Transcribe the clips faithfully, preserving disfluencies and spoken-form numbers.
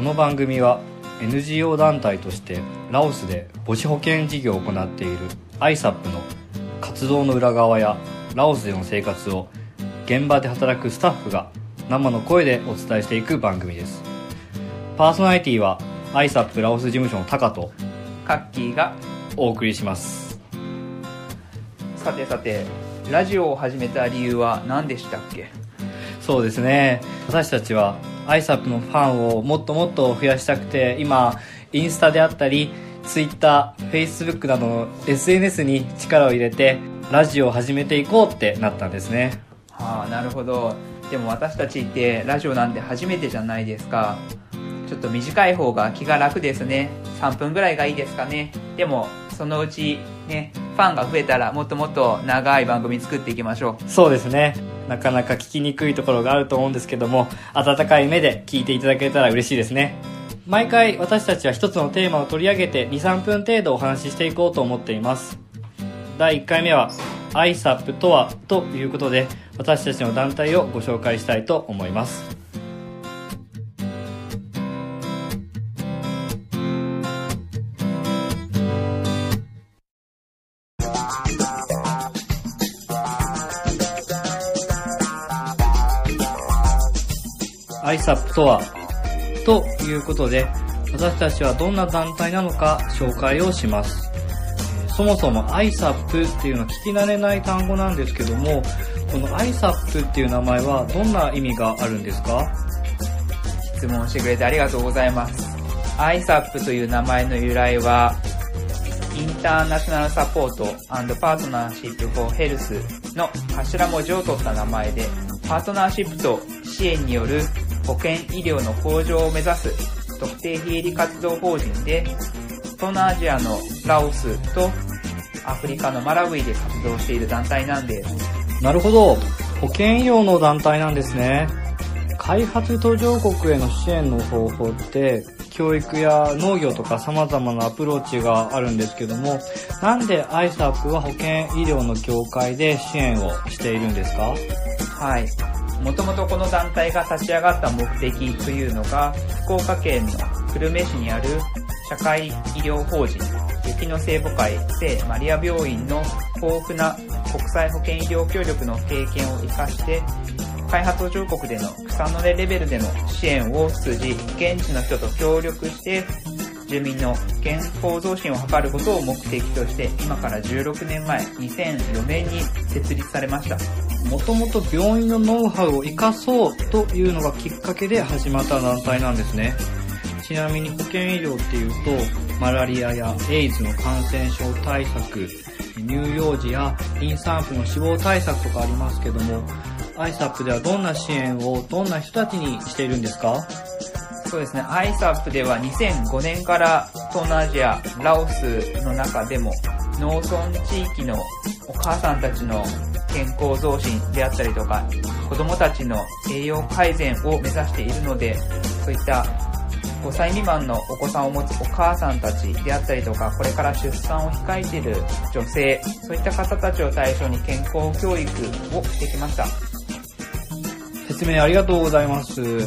の番組は エヌジーオー 団体としてラオスで母子保健事業を行っている アイサップ の活動の裏側やラオスでの生活を現場で働くスタッフが生の声でお伝えしていく番組です。パーソナリティは アイサップ ラオス事務所のタカとカッキーがお送りします。 さてさて、ラジオを始めた理由は何でしたっけ？ そうですね、私たちは アイサップ のファンをもっともっと増やしたくて、今インスタであったりツイッター、フェイスブックなどの エスエヌエス に力を入れてラジオを始めていこうってなったんですね。 はあ、なるほど。でも私たちってラジオなんて初めてじゃないですか。ちょっと短い方が気が楽ですね。さんぷんぐらいがいいですかね。でもそのうちね、ファンが増えたらもっともっと長い番組作っていきましょう。 そうですね、なかなか聞きにくいところがあると思うんですけども、温かい目で聞いていただけたら嬉しいですね。毎回私たちは一つのテーマを取り上げて にさんぷん程度お話ししていこうと思っています。だいいっかいめは アイサップ とはということで、私たちの団体をご紹介したいと思います。アイサップ とはということで、私たちはどんな団体なのか紹介をします。そもそも アイサップ っていうのは聞き慣れない単語なんですけども、この アイサップ っていう名前はどんな意味があるんですか？ 質問してくれてありがとうございます。 アイサップ という名前の由来は、インターナショナルサポート&パートナーシップ・フォー・ヘルスの頭文字を取った名前で、パートナーシップと支援による保健医療の向上を目指す特定非営利活動法人で、東南アジアのラオスとアフリカのマラウイで活動している団体なんです。 なるほど、保健医療の団体なんですね。開発途上国への支援の方法って教育や農業とか様々なアプローチがあるんですけども、なんで アイサップ は保健医療の業界で支援をしているんですか？ はい、もともとこの団体が立ち上がった目的というのが、福岡県の久留米市にある社会医療法人雪の聖母会聖マリア病院の豊富な国際保健医療協力の経験を生かして、開発途上国での草の根レベルでの支援を通じ、現地の人と協力して住民の健康増進を図ることを目的として、今からじゅうろくねんまえにせんよねんに設立されました。 もともと病院のノウハウを生かそうというのがきっかけで始まった団体なんですね。ちなみに保健医療っていうと、マラリアやエイズの感染症対策、乳幼児や妊産婦の死亡対策とかありますけども、 アイサップ ではどんな支援をどんな人たちにしているんですか？ そうですね、 アイサップ ではにせんごねんから東南アジアラオスの中でも農村地域のお母さんたちの健康増進であったりとか、子どもたちの栄養改善を目指しているので、そういったごさい未満のお子さんを持つお母さんたちであったりとか、これから出産を控えている女性、そういった方たちを対象に健康教育をしてきました。 説明ありがとうございます。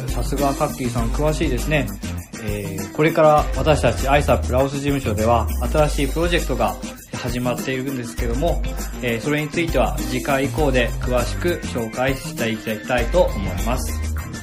さすがカッキーさん、詳しいですね。えー、これから私たち アイサップ ラオス事務所では新しいプロジェクトが始まっているんですけども、えー、それについては次回以降で詳しく紹介していきたいと思います。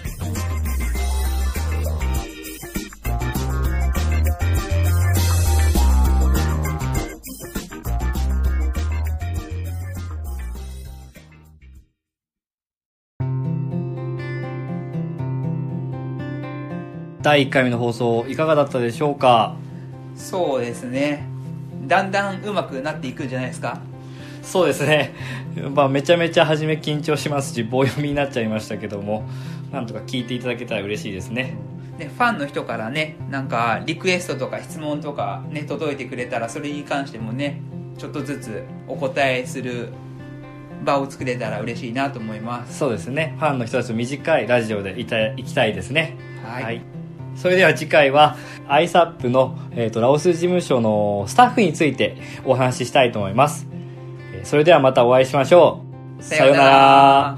だいいっかいめの放送いかがだったでしょうか？ そうですね、だんだん上手くなっていくんじゃないですか？ そうですね、まあ、めちゃめちゃ初め緊張しますし棒読みになっちゃいましたけども、なんとか聞いていただけたら嬉しいですね。 で、ファンの人からね、なんかリクエストとか質問とかね届いてくれたら、それに関してもねちょっとずつお答えする場を作れたら嬉しいなと思います。 そうですね、ファンの人たちと短いラジオでいたいきたいですね。 はい、はい、 それでは次回は アイサップ の、えーと、ラオス事務所のスタッフについてお話ししたいと思います。それではまたお会いしましょう。さようなら。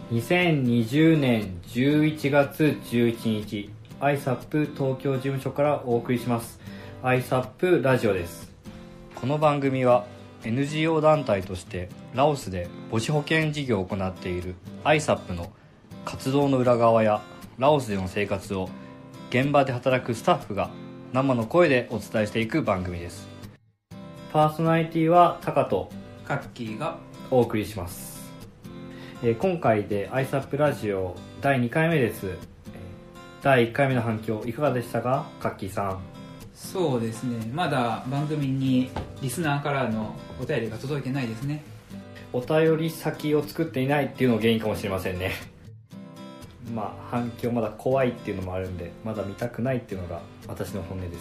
にせんにじゅうねんじゅういちがつじゅういちにち アイサップ 東京事務所からお送りします アイサップ ラジオです。この番組は エヌジーオー 団体としてラオスで母子保健事業を行っている アイサップ の活動の裏側やラオスでの生活を現場で働くスタッフが生の声でお伝えしていく番組です。パーソナリティはタカとカッキーがお送りします。えー、今回で アイサップ ラジオだいにかいめです。えー、だいいっかいめの反響いかがでしたか、カッキーさん。 そうですね、まだ番組にリスナーからのお便りが届いてないですね。 お便り先を作っていないっていうのが原因かもしれませんね。まあ反響まだ怖いっていうのもあるんで、まだ見たくないっていうのが私の本音です。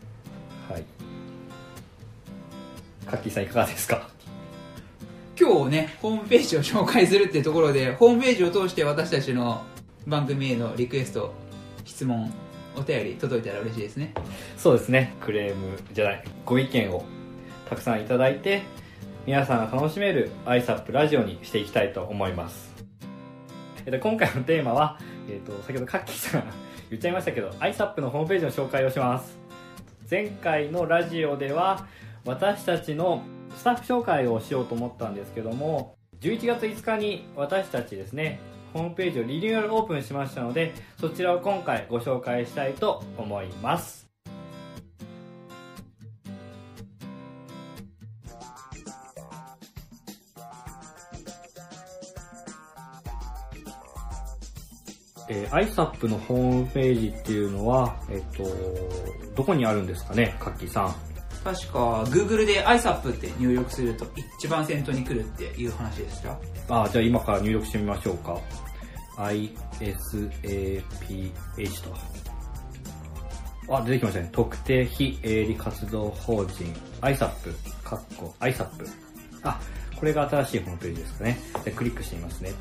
はい。カッキーさんいかがですか。 今日ね、ホームページを紹介するっていうところで、ホームページを通して私たちの番組へのリクエスト、質問、お便り届いたら嬉しいですね。 そうですね、クレームじゃない、ご意見をたくさんいただいて、皆さんが楽しめる アイサップ ラジオにしていきたいと思います。えっと、今回のテーマは、えっと、先ほどカッキーさん言っちゃいましたけど アイサップ のホームページの紹介をします。前回のラジオでは私たちのスタッフ紹介をしようと思ったんですけども、じゅういちがついつかに私たちですね、ホームページをリニューアルオープンしましたので、そちらを今回ご紹介したいと思います。えー、アイサップ のホームページっていうのは、えっと、どこにあるんですかね、カッキーさん。 確か Google で アイサップ って入力すると一番先頭に来るっていう話でした。 ああ、じゃあ今から入力してみましょうか。 アイエスエーピーエイチ と、あ、出てきましたね。特定非営利活動法人 アイサップ かっこ アイサップ。 あ、これが新しいホームページですかね。でクリックしてみますね。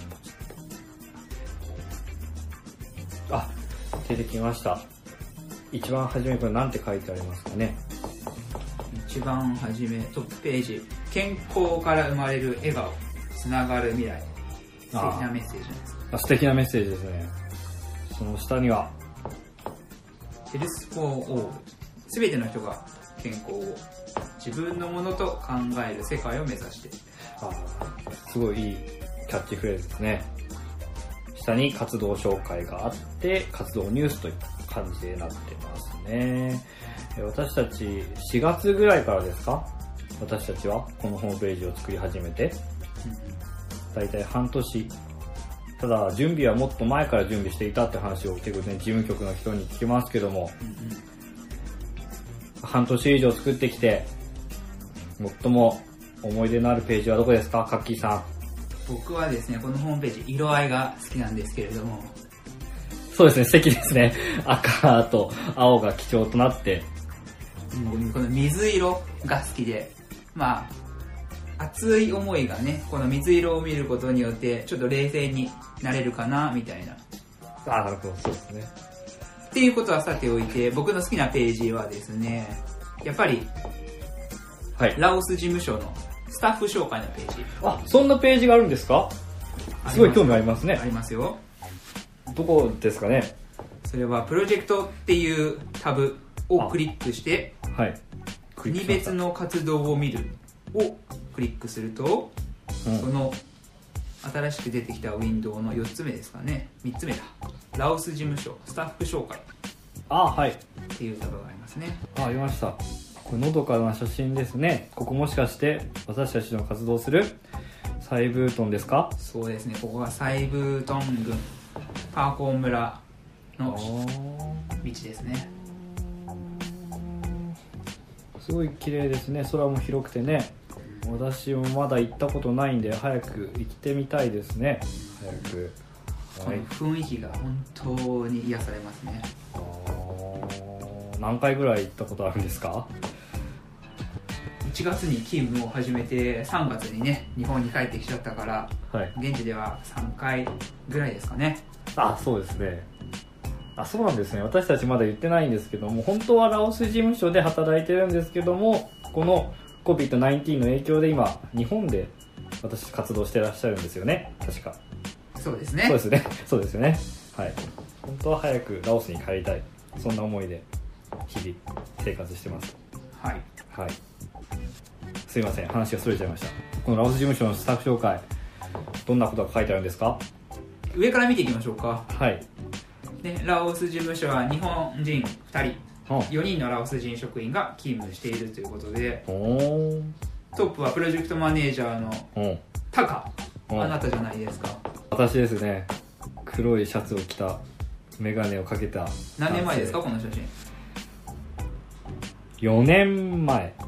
あ、出てきました。一番初めこれ何て書いてありますかね。 一番初めトップページ、健康から生まれる笑顔、つながる未来。素敵なメッセージです。 あ、素敵なメッセージですね。その下にはヘルスフォーオール、すべての人が健康を自分のものと考える世界を目指して。 あ、すごいいいキャッチフレーズですね。下に活動紹介があって活動ニュースといった感じになってますね。私たちしがつぐらいからですか、私たちはこのホームページを作り始めて、だいたい半年。ただ準備はもっと前から準備していたって話を結構ね、事務局の人に聞きますけども、うんうん、半年以上作ってきて最も思い出のあるページはどこですか、カッキーさん。 僕はですね、このホームページ色合いが好きなんですけれども。 そうですね、素敵ですね。赤と青が基調となって、 この水色が好きで、まあ熱い思いがね、この水色を見ることによってちょっと冷静になれるかなみたいな。 あ、なるほど、そうですね。 っていうことはさておいて、僕の好きなページはですね、やっぱり、はい、ラオス事務所のスタッフ紹介のページ。 あ、そんなページがあるんですか。すごい興味ありますね。 ありますよ。 どこですかね。 それはプロジェクトっていうタブをクリックして、はい、国別の活動を見るをクリックすると、うん、この新しく出てきたウィンドウのよっつめですかね、みっつめだ、ラオス事務所スタッフ紹介、 あ、はい、 っていうタブがありますね。 あ、ありました。これのどかな写真ですね。ここもしかして私たちの活動するサイブートンですか。 そうですね、ここがサイブートン郡パーコン村の道ですね。 すごい綺麗ですね。空も広くてね、私もまだ行ったことないんで早く行ってみたいですね。早く、 はい、この雰囲気が本当に癒されますね。 あ、何回ぐらい行ったことあるんですか。 いちがつに勤務を始めてさんがつにね、日本に帰ってきちゃったから、はい、現地ではさんかいぐらいですかね。 あ、そうですね。あ、そうなんですね。私たちまだ言ってないんですけども、本当はラオス事務所で働いてるんですけども、この コビッドナインティーン の影響で今日本で私活動してらっしゃるんですよね、確か。 そうですね。 そうですね。そうですよね。はい。本当は早くラオスに帰りたい。そんな思いで日々生活してます。 はい。 はい。すいません、話がそれちゃいました。このラオス事務所のスタッフ紹介、どんなことが書いてあるんですか？ 上から見ていきましょうか。 はい。 で、ラオス事務所は日本人ふたり、 はよにんのラオス人職員が勤務しているということで、 おトップはプロジェクトマネージャーのおタカ、 おあなたじゃないですか。 私ですね。黒いシャツを着た、メガネをかけた。 何年前ですか、この写真？ よねんまえ。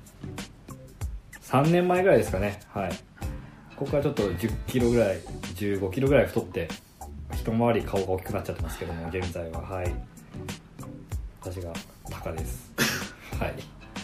さんねんまえぐらいですかね。はい。ここからちょっとじゅっキロぐらい、じゅうごキロぐらい太って、一回り顔が大きくなっちゃってますけども、現在は。はい。私がタカです。はい。 好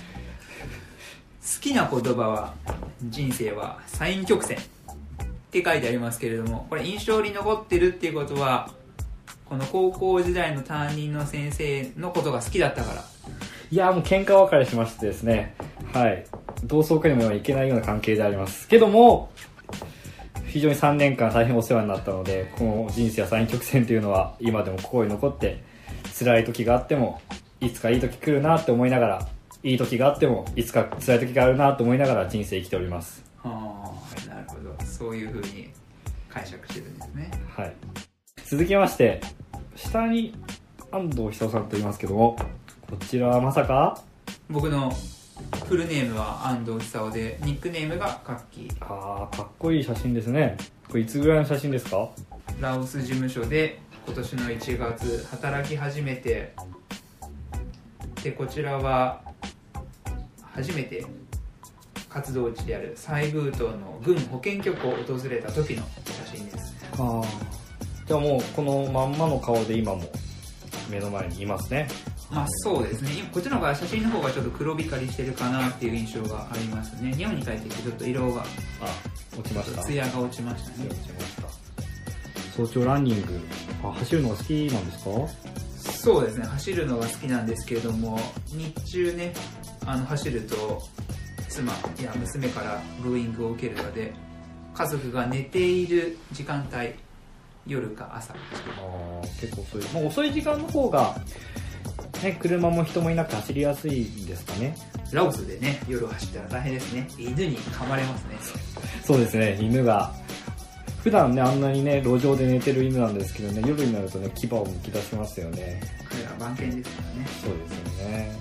きな言葉は、人生はサイン曲線って書いてありますけれども、これ印象に残ってるっていうことは、この高校時代の担任の先生のことが好きだったから。 いやーもう喧嘩別れしましてですね、はい。同窓会にもいけないような関係でありますけども、非常にさんねんかん大変お世話になったので、この人生はサイン曲線というのは今でも心に残って、辛い時があってもいつかいい時来るなって思いながら、いい時があってもいつか辛い時があるなと思いながら人生生きております。 はあ、なるほど。そういう風に解釈してるんですね。 はい。続きまして、下に安藤久夫さんと言いますけども、こちらはまさか？ 僕のフルネームは安藤久夫で、ニックネームがカッキー。 あー、かっこいい写真ですね。これいつぐらいの写真ですか？ ラオス事務所で今年のいちがつ働き始めて、でこちらは初めて活動地である西宮島の軍保健局を訪れた時の写真です。 あー、じゃあもうこのまんまの顔で今も目の前にいますね。 まあそうですね。今こっちの方が写真の方がちょっと黒光りしてるかなっていう印象がありますね。日本に帰ってきてちょっと色が、 あ、落ちました。 艶が落ちましたね。 落ちました。早朝ランニング、あ、走るのが好きなんですか？ そうですね。走るのが好きなんですけれども、日中ね、あの走ると妻や娘からブーイングを受けるので、家族が寝ている時間帯、夜か朝。 あー、結構遅い。まあ、遅い時間の方がね、車も人もいなくて走りやすいんですかね。 ラオスでね、夜走ったら大変ですね。犬に噛まれますね。 そうですね、犬が。普段ね、あんなにね、路上で寝てる犬なんですけどね、夜になるとね、牙をむき出しますよね。 彼ら番犬ですからね。 そうですよね。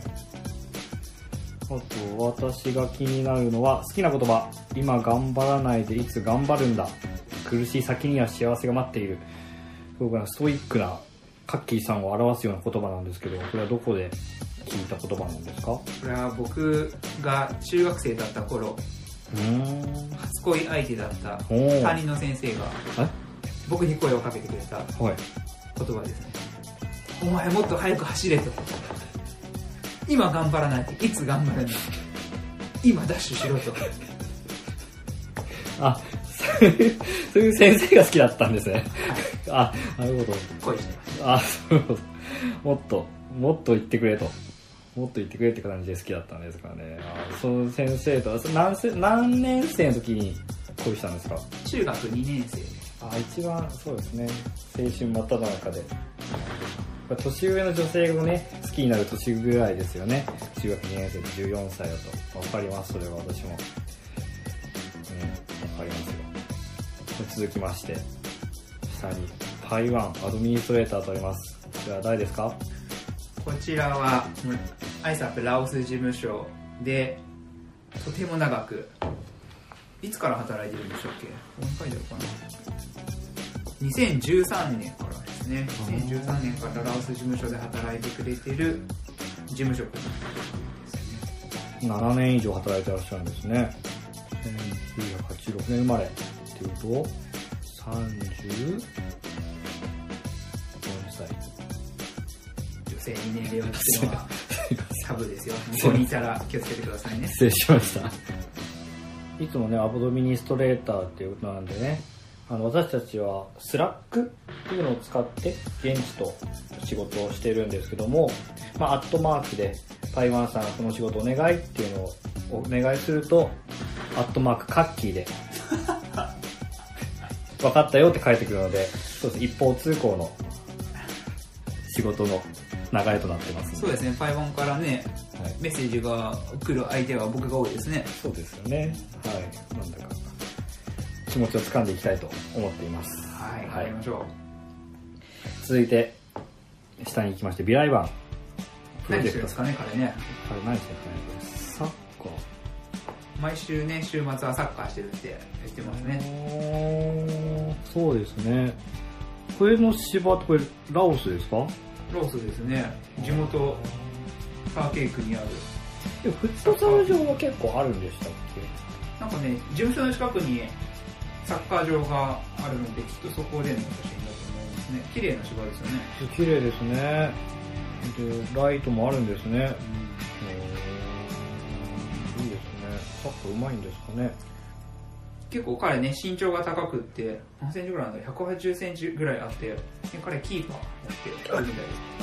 あと、私が気になるのは、好きな言葉。今頑張らないでいつ頑張るんだ。苦しい先には幸せが待っている。すごくストイックなカッキーさんを表すような言葉なんですけど、これはどこで聞いた言葉なんですか？ これは僕が中学生だった頃、 うーん、 初恋相手だったおー担任の先生が僕に声をかけてくれたはい。 言葉ですね。お前もっと早く走れと。今頑張らないでいつ頑張るんだ。今ダッシュしろと。 あ、そういう、そういう先生が好きだったんですね。あ、なるほど。 恋してました。 あ、そういうこと。もっと、もっと言ってくれと。もっと言ってくれって感じで好きだったんですからね。あ、その先生とは何せ、何年生の時に恋したんですか？ 中学にねん生。 あ、一番そうですね。青春真っ只中で。年上の女性をね、好きになる年ぐらいですよね。中学にねん生でじゅうよんさいだと。わかります、それは私も。うん、わかりますよ。続きまして、下に台湾アドミニストレーターとあります。こちらは誰ですか？ こちらはアイサップラオス事務所でとても長く、いつから働いてるんでしょうっけ？ここに書いてあるかな。にせんじゅうさんねんからですね。にせんじゅうさんねんからラオス事務所で働いてくれてる事務職ですね。 ななねん以上働いてらっしゃるんですね。せんきゅうひゃくはちじゅうろくねん生まれっていうとさんじゅうよんさい。 女性に年齢を聞くのはタブーですよ。向こうにいたら気をつけてくださいね。 失礼しました。いつもね、アドミニストレーターっていうことなんでね、あの私たちはスラックっていうのを使って現地と仕事をしてるんですけども、まあ、アットマークで台湾さんがこの仕事お願いっていうのをお願いすると、アットマークカッキーで分かったよって返ってくるので、そうです、一方通行の仕事の流れとなってますので。 そうですね、パイボンからね、 はい、 メッセージが来る相手は僕が多いですね。 そうですよね。はい。なんだか気持ちを掴んでいきたいと思っています。 はい、 はい、 やりましょう。続いて下に行きまして、ビライバンプロジェクト。何してるんですかね、彼ね。 彼何してるんですかね。サッカー。 毎週ね、週末はサッカーしてるって言ってますね。 そうですね。これの芝ってこれラオスですか？ ラオスですね。地元カーケー区にある。 でもフットサル場は結構あるんでしたっけ？ なんかね、事務所の近くにサッカー場があるので、きっとそこでの写真だと思いますね。綺麗な芝ですよね。 綺麗ですね。で、ライトもあるんですね。うん、いいですね。サッカーうまいんですかね。 結構彼ね、身長が高くって、何センチぐらいなんだろう、ひゃくはちじゅっセンチぐらいあって、で彼キーパーやってるみたいです。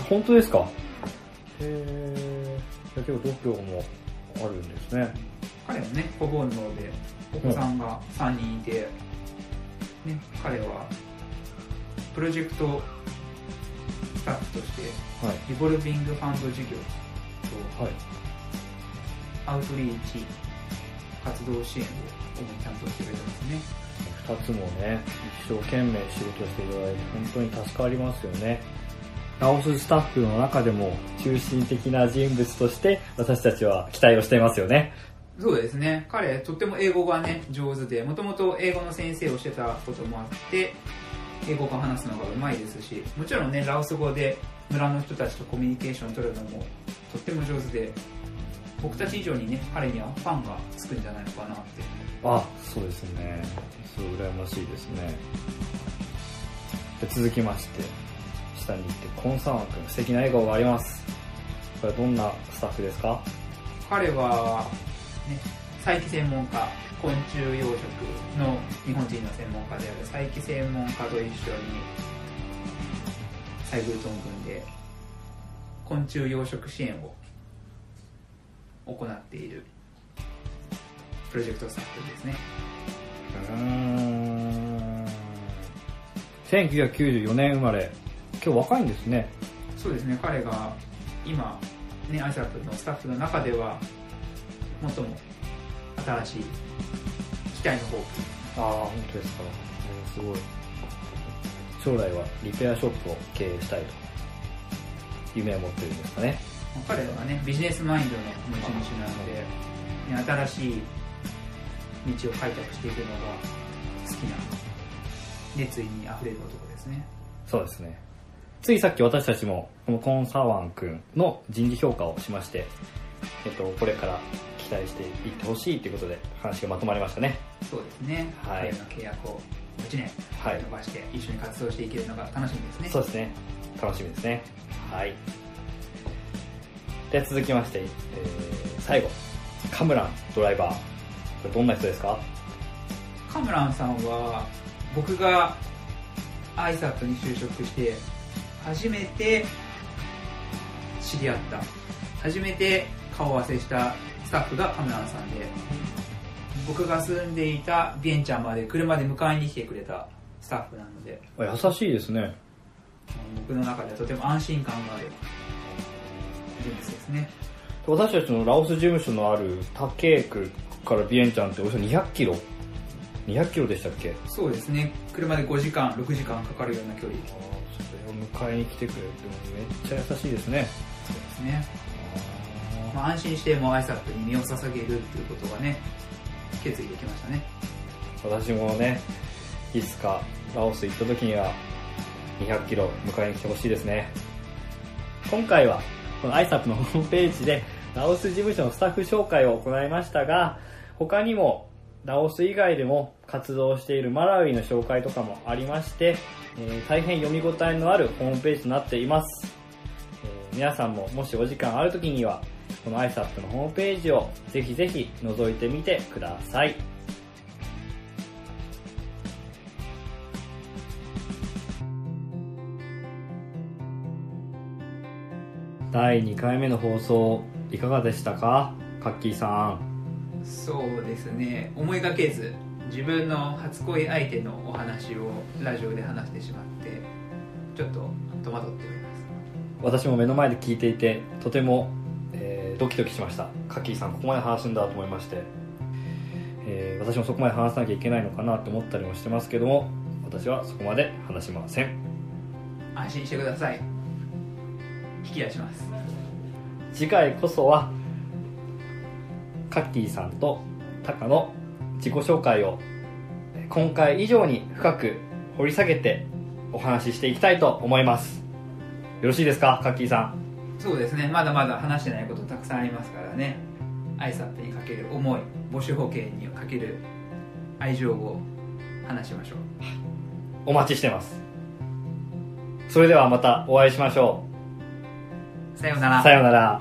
本当ですか？へー。結構度胸もあるんですね。 彼もね、子煩悩で、お子さんがさんにんいて、うん、ね、彼は、プロジェクトスタッフとして、はい、リボルビングファンド事業と、はい、アウトリーチ活動支援を主に担当してくれてますね。 二つもね、一生懸命仕事していただいて本当に助かりますよね。ラオススタッフの中でも中心的な人物として私たちは期待をしていますよね。 そうですね。彼とっても英語がね上手で、もともと英語の先生をしてたこともあって英語が話すのがうまいですし、もちろんねラオス語で村の人たちとコミュニケーションを取るのもとっても上手で、僕たち以上にね彼にはファンがつくんじゃないのかなって。 あ、そうですね。そう羨ましいですね。で続きまして下に行ってコンサーン君、素敵な笑顔があります。これはどんなスタッフですか？ 彼はね、採器専門家、昆虫養殖の日本人の専門家である採器専門家と一緒にサイグルトン軍で昆虫養殖支援を行っているプロジェクトスタッフですね。 うーん、せんきゅうひゃくきゅうじゅうよねん生まれ、今日若いんですね。 そうですね、彼が今ね、アイサップのスタッフの中では最も新しい機体のホープ。ああ、本当ですか。えー、すごい。将来はリペアショップを経営したいと夢を持ってるんですかね。 彼はね、ビジネスマインドの持ち主なので、ね、新しい道を開拓していくのが好きな熱意にあふれる男ですね。 そうですね。ついさっき私たちもこのコンサワン君の人事評価をしまして、えっと、これから期待していってほしいということで話がまとまりましたね。 そうですね。はい。彼の契約をいちねん伸ばして一緒に活動していけるのが楽しみですね。 そうですね。楽しみですね。はい。で続きまして、えー、最後、カムランドライバー。これどんな人ですか？ カムランさんは僕がアイサップに就職して初めて知り合った、初めて顔合わせしたスタッフがカムランさんで、僕が住んでいたビエンチャンまで車で迎えに来てくれたスタッフなので、 優しいですね。 僕の中ではとても安心感がある人物ですね。 私たちのラオス事務所のあるタケー区からビエンチャンっておよそにひゃくキロにひゃくキロでしたっけ？ そうですね。車でごじかん、ろくじかんかかるような距離。 それを迎えに来てくれるってめっちゃ優しいですね。 そうですね。あ、まあ、安心してもうアイサップに身を捧げるっていうことがね、決意できましたね。 私もね、いつかラオス行った時にはにひゃくキロ迎えに来てほしいですね。今回はこのアイサップのホームページでラオス事務所のスタッフ紹介を行いましたが、他にもラオス以外でも活動しているマラウイの紹介とかもありまして、えー、大変読み応えのあるホームページとなっています。えー、皆さんももしお時間ある時にはこのアイサップのホームページをぜひぜひ覗いてみてください。だいにかいめの放送いかがでしたか、カッキーさん。 そうですね、思いがけず自分の初恋相手のお話をラジオで話してしまってちょっと戸惑っております。 私も目の前で聞いていてとても、えー、ドキドキしました。カッキーさんここまで話すんだと思いまして、えー、私もそこまで話さなきゃいけないのかなと思ったりもしてますけども、私はそこまで話しません。 安心してください。引き出します。 次回こそはカッキーさんとタカの自己紹介を今回以上に深く掘り下げてお話ししていきたいと思います。よろしいですか、カッキーさん。 そうですね、まだまだ話してないことたくさんありますからね。アイサップにかける思い、母子保険にかける愛情を話しましょう。 お待ちしてます。それではまたお会いしましょう。さようなら。 さようなら。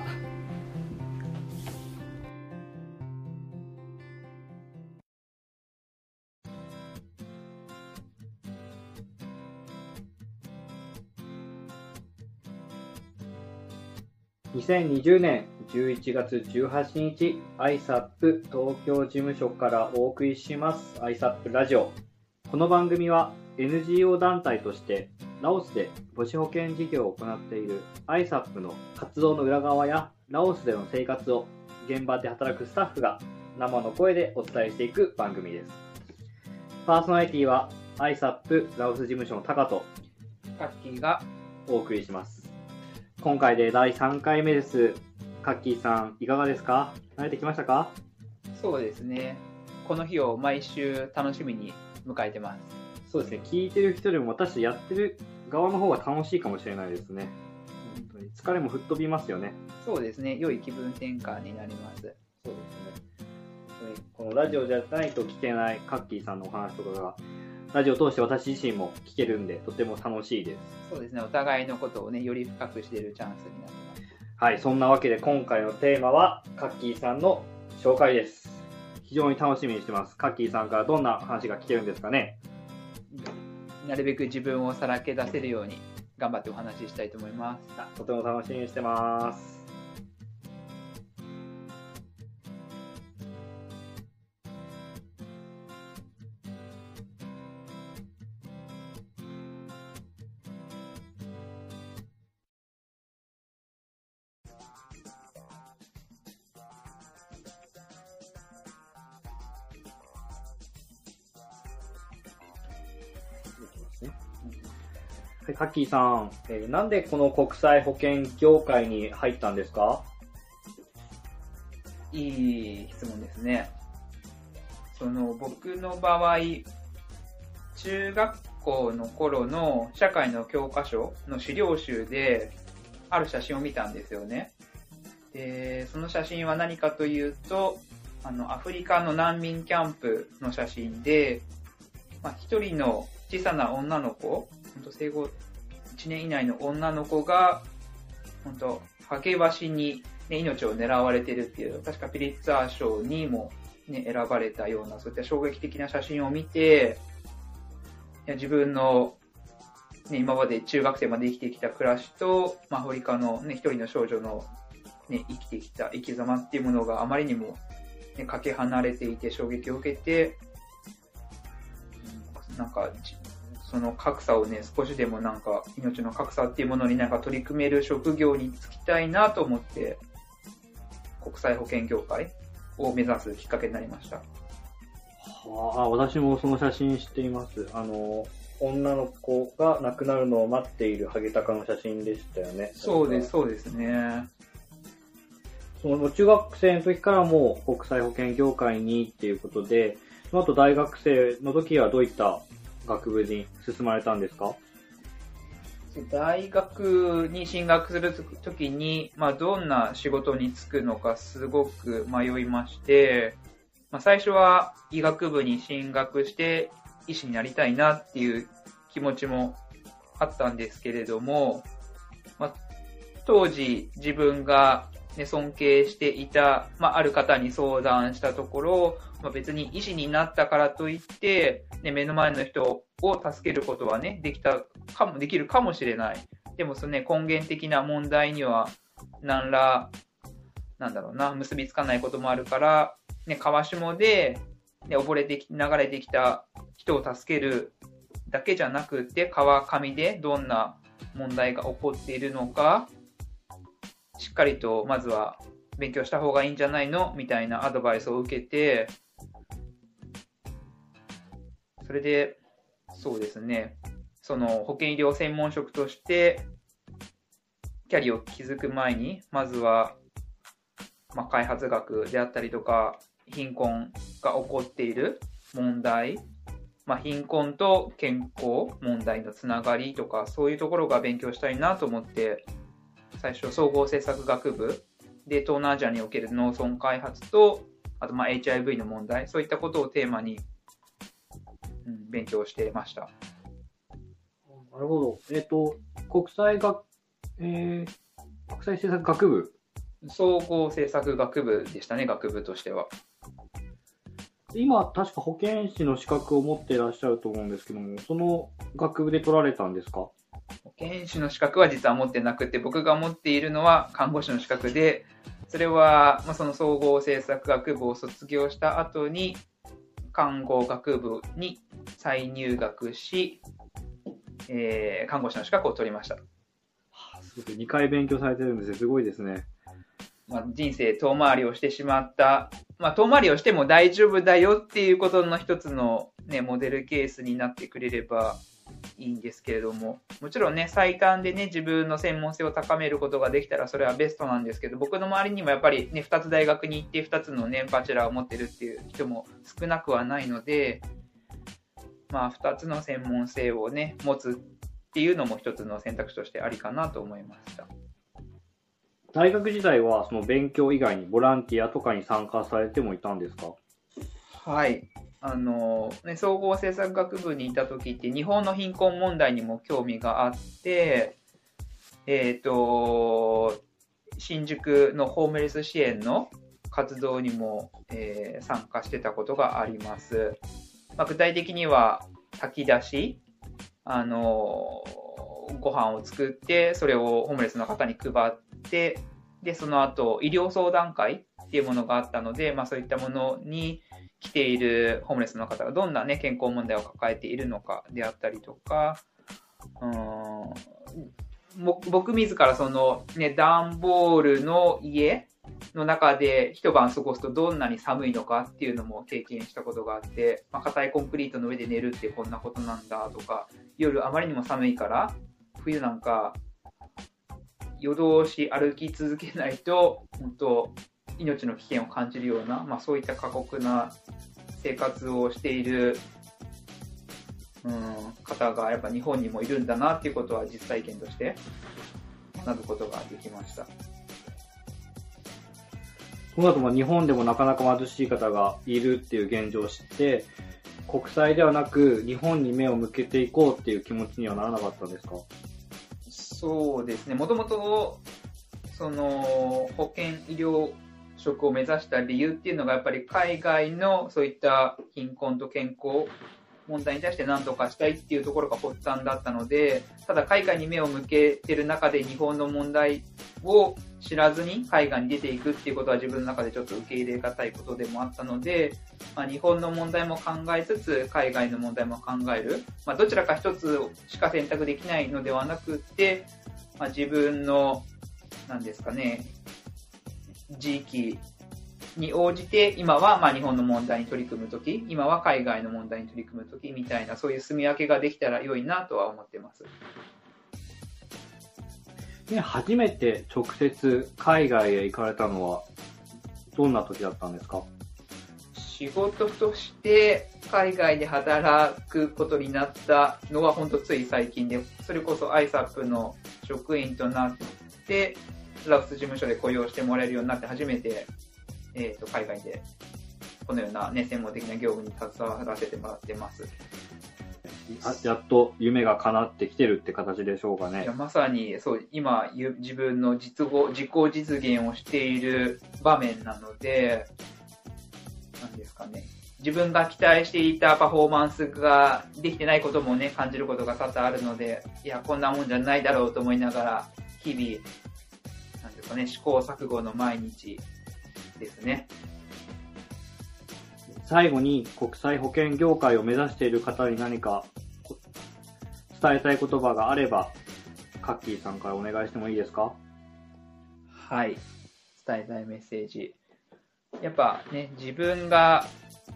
にせんにじゅうねんじゅういちがつじゅうはちにち、アイサップ東京事務所からお送りします アイサップ ラジオ。この番組は エヌジーオー 団体としてラオスで母子保健事業を行っている アイサップ の活動の裏側やラオスでの生活を現場で働くスタッフが生の声でお伝えしていく番組です。パーソナリティは アイサップ ラオス事務所のタカとカッキーがお送りします。今回でだいさんかいめです。カッキーさんいかがですか？慣れてきましたか？ そうですね、この日を毎週楽しみに迎えてます。 そうですね、聞いてる人でも私やってる側の方が楽しいかもしれないですね。本当に疲れも吹っ飛びますよね。 そうですね、良い気分転換になります。そうですね、 このラジオじゃないと聞けないカッキーさんのお話とかがラジオを通して私自身も聞けるんでとても楽しいです。 そうですね、お互いのことをねより深く知れるチャンスになってます。 はい、そんなわけで今回のテーマはカッキーさんの紹介です。非常に楽しみにしてます。カッキーさんからどんな話が聞けるんですかね。 なるべく自分をさらけ出せるように頑張ってお話ししたいと思います。 とても楽しみにしてます。はい、カッキーさん、えー、なんでこの国際保険業界に入ったんですか？ いい質問ですね。その僕の場合、中学校の頃の社会の教科書の資料集である写真を見たんですよね。で、その写真は何かというと、あのアフリカの難民キャンプの写真で、まあ、一人の小さな女の子、本当生後いちねん以内の女の子が本当ハゲワシに、ね、命を狙われているっていう、確かピリッツァー賞にも、ね、選ばれたようなそういった衝撃的な写真を見て、いや自分の、ね、今まで中学生まで生きてきた暮らしと、まあ、アフリカの、ね、一人の少女の、ね、生きてきた生き様っていうものがあまりにも、ね、かけ離れていて衝撃を受けて、なんかその格差をね少しでもなんか命の格差っていうものになんか取り組める職業に就きたいなと思って国際保険業界を目指すきっかけになりました。 はあ、私もその写真知っています。あの女の子が亡くなるのを待っているハゲタカの写真でしたよね。 そうですそうですね。 その中学生の時からもう国際保険業界にっていうことで、その後大学生の時はどういった学部に進まれたんですか？ 大学に進学するときに、まあ、どんな仕事に就くのかすごく迷いまして、まあ、最初は医学部に進学して医師になりたいなっていう気持ちもあったんですけれども、まあ、当時自分が、ね、尊敬していた、まあ、ある方に相談したところ、まあ、別に医師になったからといって、ね、目の前の人を助けることはね、できたかも、できるかもしれない。でもそのね、根源的な問題には、何ら、なんだろうな、結びつかないこともあるから、ね、川下で、 で溺れてき、流れてきた人を助けるだけじゃなくて、川上でどんな問題が起こっているのか、しっかりとまずは勉強した方がいいんじゃないのみたいなアドバイスを受けて、それで、そうですね、その保健医療専門職としてキャリアを築く前に、まずは、まあ、開発学であったりとか、貧困が起こっている問題、まあ、貧困と健康問題のつながりとか、そういうところが勉強したいなと思って、最初総合政策学部で東南アジアにおける農村開発と、あとまあ エイチアイブイ の問題、そういったことをテーマに、うん、勉強してました。 なるほど。えっと、国際学、えー、国際政策学部総合政策学部でしたね、学部としては。 今、確か保健師の資格を持っていらっしゃると思うんですけども、その学部で取られたんですか？ 保健師の資格は実は持ってなくて、僕が持っているのは看護師の資格で、それは、まあ、その総合政策学部を卒業した後に、看護学部に再入学し、えー、看護師の資格を取りました。 はあ、すごい。にかい勉強されてるんですね。すごいですね。 まあ、人生遠回りをしてしまった、まあ、遠回りをしても大丈夫だよっていうことの一つの、ね、モデルケースになってくれればいいんですけれども、もちろんね、最短でね、自分の専門性を高めることができたらそれはベストなんですけど、僕の周りにもやっぱりね、ふたつ大学に行ってふたつのね、バチェラーを持ってるっていう人も少なくはないので、まあ、ふたつの専門性をね、持つっていうのも一つの選択肢としてありかなと思いました。 大学時代はその勉強以外にボランティアとかに参加されてもいたんですか？ はい。あの、ね、総合政策学部にいた時って日本の貧困問題にも興味があって、えっと、新宿のホームレス支援の活動にも、えー、参加してたことがあります。まあ、具体的には炊き出し、あの、ご飯を作って、それをホームレスの方に配って、で、その後、医療相談会っていうものがあったので、まあそういったものに来ているホームレスの方がどんなね、健康問題を抱えているのかであったりとか、うーん、僕自らそのね、段ボールの家の中で一晩過ごすとどんなに寒いのかっていうのも経験したことがあって、まあ、硬いコンクリートの上で寝るってこんなことなんだとか、夜あまりにも寒いから冬なんか夜通し歩き続けないと本当命の危険を感じるような、まあ、そういった過酷な生活をしている、うん、方がやっぱ日本にもいるんだなっていうことは実体験として学ぶことができました。 この後も日本でもなかなか貧しい方がいるっていう現状を知って、国際ではなく日本に目を向けていこうっていう気持ちにはならなかったんですか？ そうですね。もともとその保健医療職を目指した理由っていうのがやっぱり海外のそういった貧困と健康問題に対して何とかしたいっていうところが発端だったので、ただ海外に目を向けてる中で日本の問題を知らずに海外に出ていくっていうことは自分の中でちょっと受け入れがたいことでもあったので、まあ、日本の問題も考えつつ海外の問題も考える、まあ、どちらか一つしか選択できないのではなくて、まあ、自分の何ですかね、時期に応じて今はまあ日本の問題に取り組むとき、今は海外の問題に取り組むときみたいな、そういう住み分けができたら良いなとは思ってます。 で、初めて直接海外へ行かれたのはどんな時だったんですか？ 仕事として海外で働くことになったのは本当つい最近で、それこそ アイサップ の職員となってラオス事務所で雇用してもらえるようになって初めてえー、と海外でこのような、ね、専門的な業務に携わらせてもらってます。 やっと夢が叶ってきてるって形でしょうかね。 いやまさにそう今自分の実語自己実現をしている場面なので、なんですかね、自分が期待していたパフォーマンスができてないこともね感じることが多々あるので、いやこんなもんじゃないだろうと思いながら日々なんですかね、試行錯誤の毎日ですね。 最後に国際保険業界を目指している方に何か伝えたい言葉があれば、カッキーさんからお願いしてもいいですか？ はい。伝えたいメッセージ。やっぱね、自分が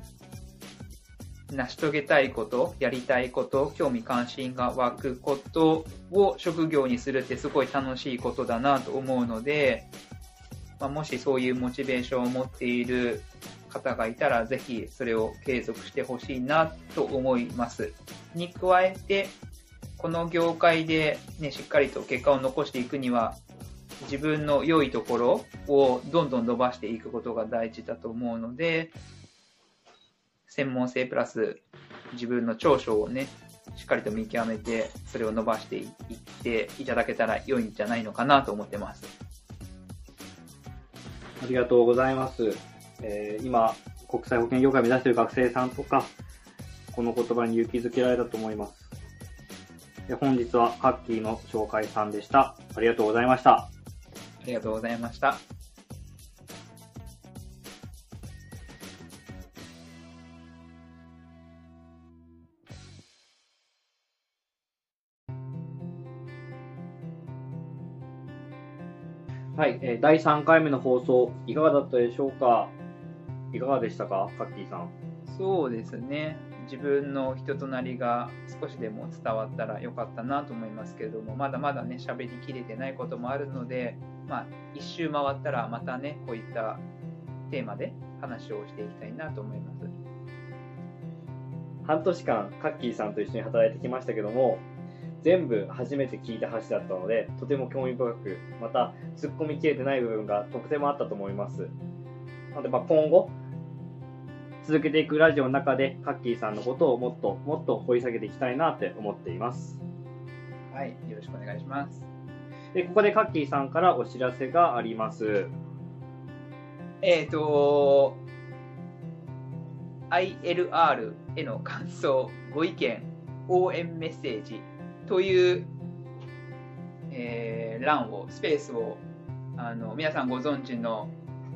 成し遂げたいこと、やりたいこと、興味関心が湧くことを職業にするってすごい楽しいことだなと思うので、まあ、もしそういうモチベーションを持っている方がいたら、ぜひそれを継続してほしいなと思います。に加えて、この業界で、ね、しっかりと結果を残していくには、自分の良いところをどんどん伸ばしていくことが大事だと思うので、専門性プラス自分の長所をね、しっかりと見極めて、それを伸ばしていっていただけたら良いんじゃないのかなと思ってます。 ありがとうございます。えー、今、国際保険業界を目指している学生さんとか、この言葉に勇気づけられたと思います。で、本日はカッキーの紹介さんでした。ありがとうございました。 ありがとうございました。 はい、えー、だいさんかいめの放送いかがだったでしょうか？いかがでしたか、カッキーさん？ そうですね。自分の人となりが少しでも伝わったらよかったなと思いますけれども、まだまだね、喋りきれてないこともあるので、まあ、一周回ったらまたね、こういったテーマで話をしていきたいなと思います。 半年間、カッキーさんと一緒に働いてきましたけども、全部初めて聞いた話だったので、とても興味深く、また突っ込みきれてない部分がとてもあったと思います。なので、まあ、今後、続けていくラジオの中でカッキーさんのことをもっともっと掘り下げていきたいなって思っています。 はい、よろしくお願いします。 で、ここでカッキーさんからお知らせがあります。 えっと、アイエルアール への感想、ご意見、応援メッセージという、えー、欄を、スペースをあの皆さんご存知の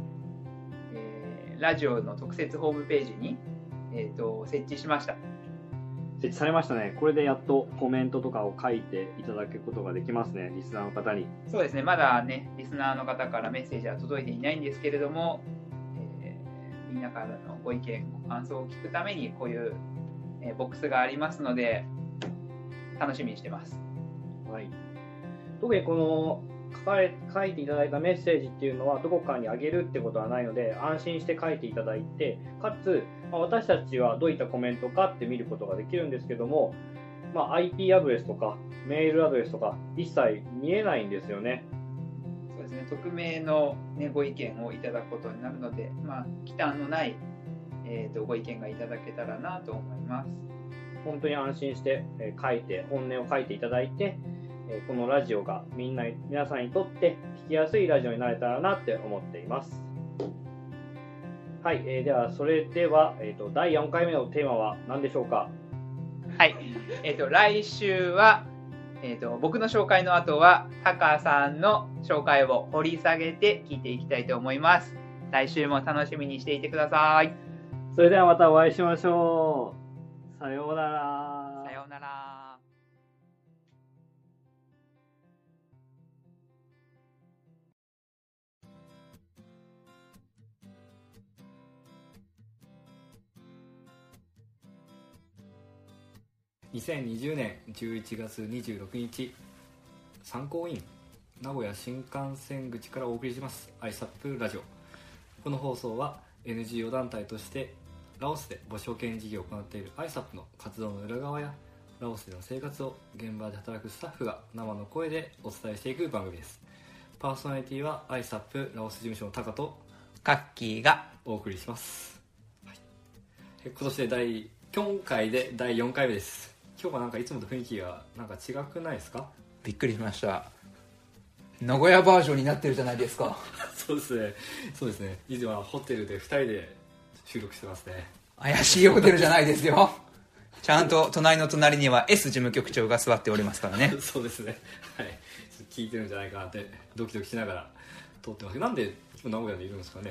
ラジオの特設ホームページに、えー、と設置しました。 設置されましたね。これでやっとコメントとかを書いていただくことができますね、リスナーの方に。 そうですね、まだね、リスナーの方からメッセージは届いていないんですけれども、えー、みんなからのご意見、ご感想を聞くために、こういう、えー、ボックスがありますので、楽しみにしてます。 はい。特にこの書かれ書いていただいたメッセージっていうのはどこかにあげるってことはないので、安心して書いていただいて、かつ、まあ、私たちはどういったコメントかって見ることができるんですけども、まあ、アイピー アドレスとかメールアドレスとか一切見えないんですよね。 そうですね、匿名の、ね、ご意見をいただくことになるので、まあ、忌憚のない、えーと、ご意見がいただけたらなと思います。 本当に安心して、えー、書いて本音を書いていただいて、このラジオがみんな皆さんにとって聞きやすいラジオになれたらなって思っています。はい、えー、ではそれでは、えーと、だいよんかいめのテーマは何でしょうか？ はい、えーと、来週は、えーと、僕の紹介の後はタカさんの紹介を掘り下げて聞いていきたいと思います。来週も楽しみにしていてください。 それではまたお会いしましょう。さようなら。 さようなら。 にせんにじゅうねんじゅういちがつにじゅうろくにち、参考委員名古屋新幹線口からお送りします アイサップ ラジオ。この放送は エヌジーオー 団体としてラオスで母子保険事業を行っている アイサップ の活動の裏側やラオスでの生活を現場で働くスタッフが生の声でお伝えしていく番組です。パーソナリティは アイサップ ラオス事務所のタカとカッキーがお送りします、はい、今年で第今回でだいよんかいめです。今日はなんかいつもと雰囲気がなんか違くないですか？ びっくりしました。名古屋バージョンになってるじゃないですか。 そうですね、そうですね。以前はホテルでふたりで収録してますね。 怪しいホテルじゃないですよ。ちゃんと隣の隣には S 事務局長が座っておりますからね。 そうですね、はい。聞いてるんじゃないかなってドキドキしながら撮ってますけど、なんで今名古屋にいるんですかね？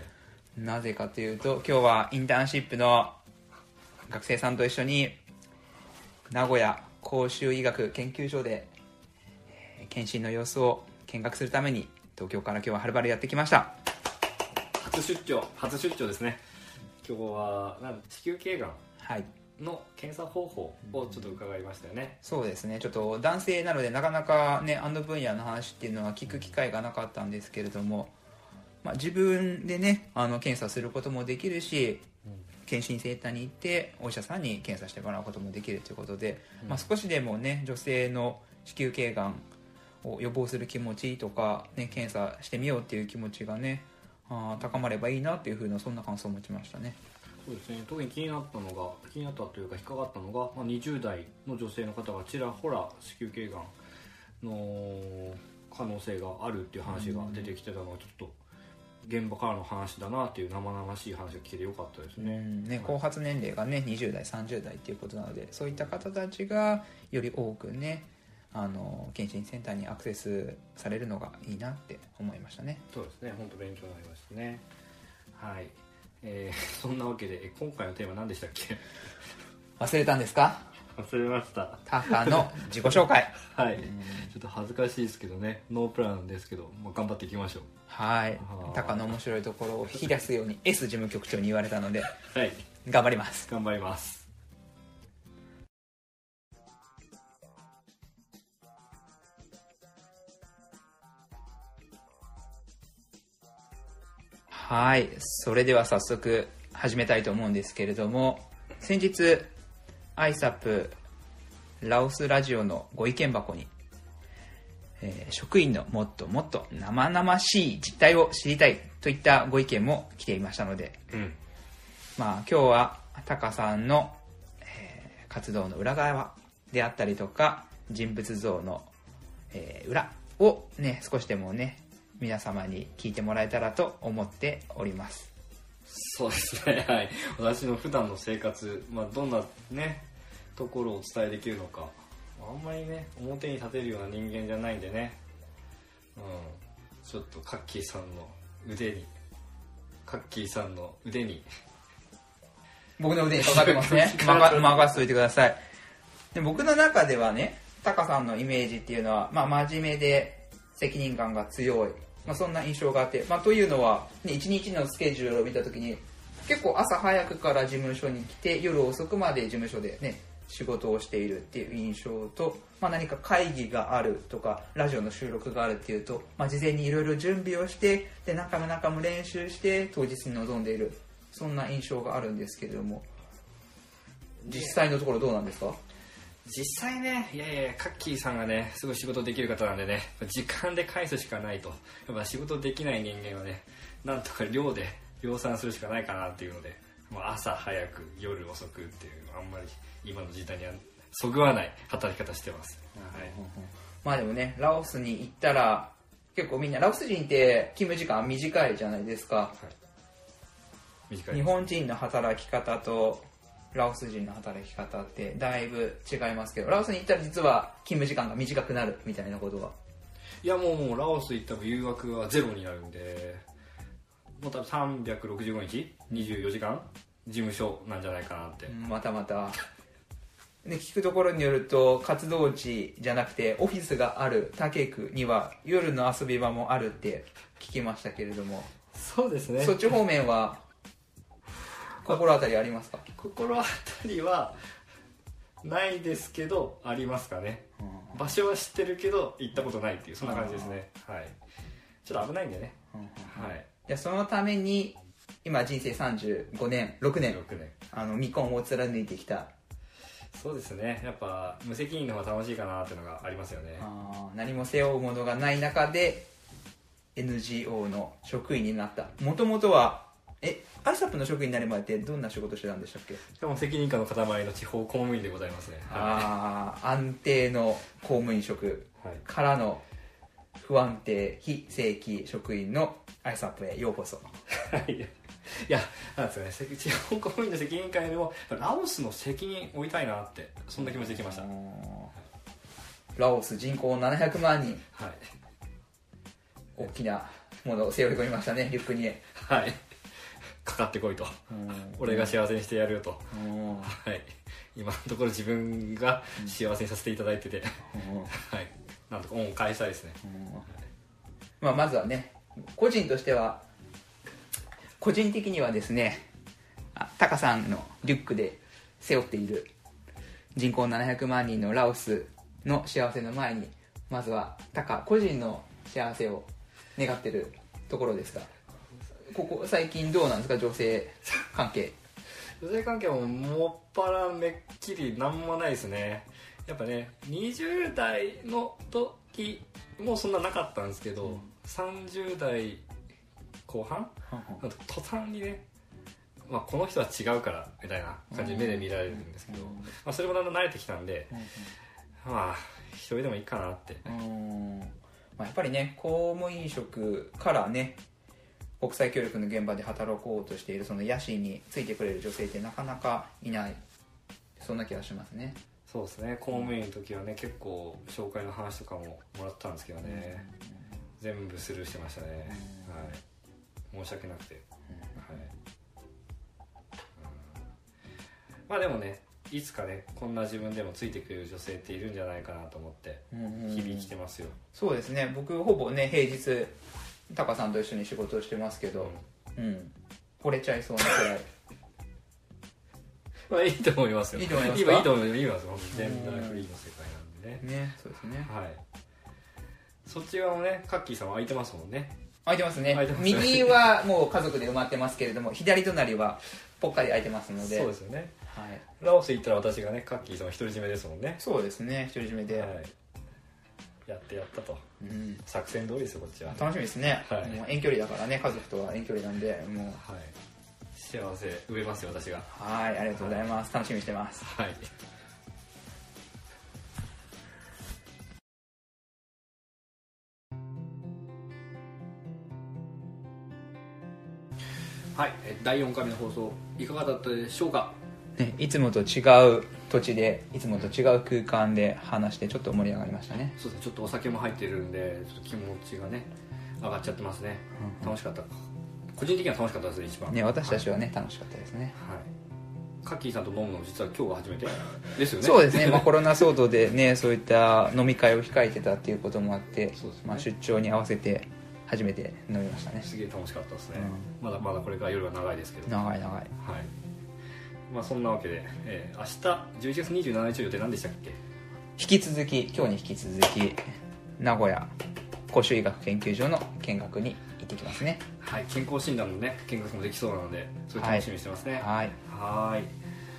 なぜかというと、今日はインターンシップの学生さんと一緒に名古屋公衆医学研究所でえー検診の様子を見学するために東京から今日ははるばるやってきました。 初出張初出張ですね。今日はなん子宮頸がんはいの検査方法をちょっと伺いましたよね。 そうですね、ちょっと男性なのでなかなかね、あの分野の話っていうのは聞く機会がなかったんですけれども、まあ、自分でねあの検査することもできるし、検診センターに行ってお医者さんに検査してもらうこともできるということで、 うんまあ、少しでもね女性の子宮頸がんを予防する気持ちとか、ね、検査してみようっていう気持ちがねあー高まればいいなっていうふうなそんな感想を持ちましたね。 そうですね、特に気になったのが気になったというか引っかかったのが、まあ、にじゅう代の女性の方がちらほら子宮頸がんの可能性があるっていう話が出てきてたのはちょっと現場からの話だなっていう生々しい話が聞けてよかったですね。 うんね、後発年齢がねにじゅう代さんじゅう代っていうことなので、そういった方たちがより多くねあの検診センターにアクセスされるのがいいなって思いましたね。 そうですね、本当勉強になりましたね。はい、えー、そんなわけでえ今回のテーマ何でしたっけ？ 忘れたんですか？ 忘れました。 タカの自己紹介はい、ちょっと恥ずかしいですけどね、ノープランですけど、まあ、頑張っていきましょう。 はいあータカの面白いところを引き出すように S 事務局長に言われたのではい頑張ります。 頑張ります。 はい、それでは早速始めたいと思うんですけれども、先日 アイサップ ラオスラジオのご意見箱に、えー職員のもっともっと生々しい実態を知りたいといったご意見も来ていましたので、 うんまあ、今日はタカさんの、えー活動の裏側であったりとか人物像の、えー裏をね少しでもね皆様に聞いてもらえたらと思っております。 そうですね、はい、私の普段の生活、まあ、どんなねところをお伝えできるのか、あんまりね表に立てるような人間じゃないんでね、うん、ちょっとカッキーさんの腕にカッキーさんの腕に僕の腕にかかってますね任任せといてください。で僕の中ではねタカさんのイメージっていうのは、まあ、真面目で責任感が強い、まあ、そんな印象があって、まあ、というのは、ね、一日のスケジュールを見た時に結構朝早くから事務所に来て夜遅くまで事務所でね仕事をしているっていう印象と、まあ、何か会議があるとかラジオの収録があるっていうと、まあ、事前にいろいろ準備をしてで中も中も練習して当日に臨んでいる、そんな印象があるんですけれども、実際のところどうなんですか？ 実際ね、いやいやカッキーさんがねすごい仕事できる方なんでね、時間で返すしかないと、やっぱ仕事できない人間はねなんとか量で量産するしかないかなっていうので、まあ、朝早く夜遅くっていうあんまり今の時代にはそぐわない働き方してます、はい、 まあでもねラオスに行ったら結構みんなラオス人って勤務時間短いじゃないですか、 はい、短い日本人の働き方とラオス人の働き方ってだいぶ違いますけど、ラオスに行ったら実は勤務時間が短くなるみたいなことは？ いやもうもうラオス行ったら誘惑はゼロになるんで、もう多分さんびゃくろくじゅうごにちにじゅうよじかん事務所なんじゃないかなって、 またまたで聞くところによると活動地じゃなくてオフィスがある竹区には夜の遊び場もあるって聞きましたけれども、 そうですね、 そっち方面は心当たりありますか？ 心当たりはないですけどありますかね、うん、場所は知ってるけど行ったことないっていうそんな感じですね、はい、ちょっと危ないんでね、 うんはい、 じゃあそのために今人生さんじゅうごねんろくねんろくねんあの未婚を貫いてきた。 そうですね、やっぱ無責任の方が楽しいかなっていうのがありますよね。 あ何も背負うものがない中で エヌジーオー の職員になった。もともとはえアイサップの職員になる前ってどんな仕事してたんでしたっけ？ しかも責任感の塊の地方公務員でございますね。 ああ安定の公務員職はいからの不安定非正規職員のアイサップへようこそ。 はいいやなんですかね、地方公務員の責任感よりもラオスの責任を負いたいなってそんな気持ちできました。 ラオス人口ななひゃくまんにん、 はい、 大きなものを背負い込みましたねリュックに。 はいかかってこいと、 うん俺が幸せにしてやるよと、 うんはい、今のところ自分が幸せにさせていただいてて、 うんはい、なんとか恩返したいですね。 まあ、まずはね、個人としては個人的にはですね、あタカさんのリュックで背負っている人口ななひゃくまん人のラオスの幸せの前に、まずはタカ個人の幸せを願ってるところですが、ここ最近どうなんですか、女性関係。 女性関係ももっぱらめっきりなんもないですね。やっぱね、にじゅう代の時もそんななかったんですけど、うん、さんじゅう代後半、うん、途端にね、まあ、この人は違うからみたいな感じで目で見られるんですけど、うんまあ、それもだんだん慣れてきたんで、うん、まあ一人でもいいかなって、うんまあ、やっぱりね、公務員職からね国際協力の現場で働こうとしているその野心についてくれる女性ってなかなかいない、そんな気がしますね。 そうですね、公務員の時はね結構紹介の話とかももらったんですけどね、うん、全部スルーしてましたね、うん、はい、申し訳なくて、うんはいうん、まあでもね、いつかねこんな自分でもついてくれる女性っているんじゃないかなと思って日々生きてますよ、うんうん、 そうですね、僕ほぼね平日タカさんと一緒に仕事をしてますけど、うん、うん、惚れちゃいそうなくらいまあいいと思いますよ。 いいと思いますか。 今いいと思いますよ。ジェンダーフリーの世界なんでね。 ね、そうですね。 はい。そっち側もね、カッキーさんは空いてますもんね。 空いてますね。右はもう家族で埋まってますけれども、左隣はぽっかり空いてますので。 そうですよね。 はい。 ラオス行ったら私がね、カッキーさんは独り占めですもんね。 そうですね、独り占めで。はい。 やってやったと、 うん、 作戦通りですよこっちは。 楽しみですね、 はい、 もう遠距離だからね、家族とは遠距離なんでもう、はい、 幸せ植えますよ私が。 はい、ありがとうございます、はい、楽しみにしてます。 はい、はい、だいよんかいめの放送いかがだったでしょうか。 ね、いつもと違う土地でいつもと違う空間で話してちょっと盛り上がりましたね。 そうですね、ちょっとお酒も入ってるんでちょっと気持ちがね上がっちゃってますね、うんうん、楽しかった、個人的には楽しかったですね一番ね。 私たちはね、はい、楽しかったですね。 はい、カッキーさんと飲むの実は今日が初めてですよね。 そうですね、まあ、コロナ騒動でねそういった飲み会を控えてたっていうこともあって、ね、まあ、出張に合わせて初めて飲みましたね。 すげえ楽しかったですね、うん、まだまだこれから夜は長いですけど。 長い長い。 はい、まあ、そんなわけで、えー、明日じゅういちがつにじゅうしちにちの予定何でしたっけ。 引き続き今日に引き続き名古屋公衆医学研究所の見学に行ってきますね。 はい、健康診断のね見学もできそうなのでそれ楽しみにしてますね。 はいはい。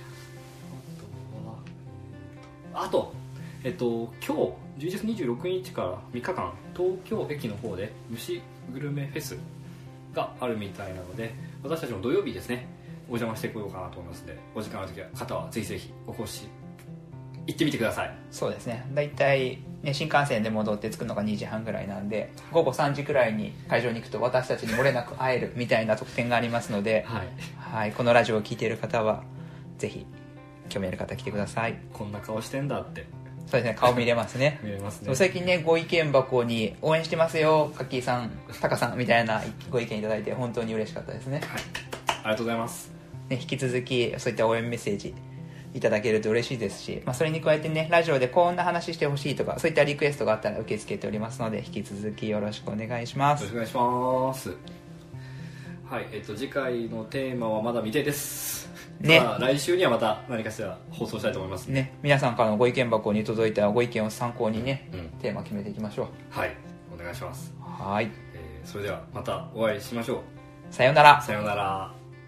あとえっと今日じゅういちがつにじゅうろくにちからみっかかん東京駅の方で虫グルメフェスがあるみたいなので、私たちも土曜日ですねお邪魔してこようかなと思いますので、お時間ある時は方はぜひぜひお越し行ってみてください。 そうですね、だいたい、ね、新幹線で戻って着くのがにじはんぐらいなんで、午後さんじくらいに会場に行くと私たちに漏れなく会えるみたいな特典がありますので、はいはい、このラジオを聞いている方はぜひ興味ある方来てください。 こんな顔してんだって。 そうですね、顔見れますね。 見れますね。 最近ね、ご意見箱に応援してますよカッキーさん、タカさんみたいなご意見いただいて本当に嬉しかったですね。 はい、ありがとうございます。 ね、引き続きそういった応援メッセージいただけると嬉しいですし、まあ、それに加えてね、ラジオでこんな話してほしいとかそういったリクエストがあったら受け付けておりますので、引き続きよろしくお願いします。 よろしくお願いします。はい、えっと次回のテーマはまだ未定ですね。まあ、来週にはまた何かしら放送したいと思いますね。皆さんからのご意見箱に届いたご意見を参考にね、うん、テーマ決めていきましょう。 はい、お願いします。 はい、 えー、それではまたお会いしましょう。 さようなら。 さようなら。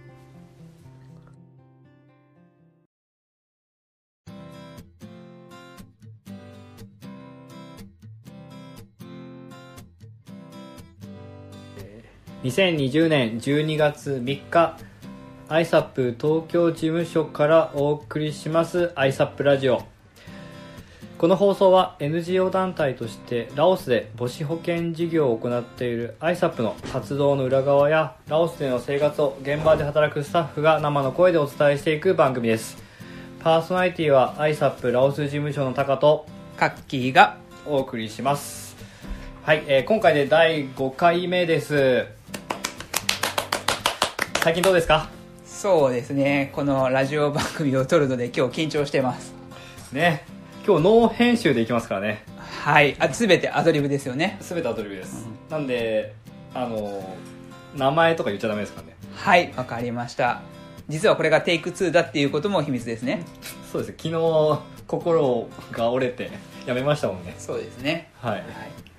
にせんにじゅうねんじゅうにがつみっか、アイサップ東京事務所からお送りしますアイサップラジオ。この放送は エヌジーオー 団体としてラオスで母子保健事業を行っているアイサップの活動の裏側やラオスでの生活を現場で働くスタッフが生の声でお伝えしていく番組です。パーソナリティはアイサップラオス事務所のタカとカッキーがお送りします。はい、えー、今回でだいごかいめです。 最近どうですか？ そうですね、このラジオ番組を撮るので今日緊張してますね。今日ノー編集でいきますからね。 はい、あ、全てアドリブですよね。 すべてアドリブです、うん、なんであの名前とか言っちゃダメですからね。 はい、わかりました。実はこれがテイクツーだっていうことも秘密ですね。 そうです。昨日心が折れてやめましたもんね。 そうですね。 はい、はい、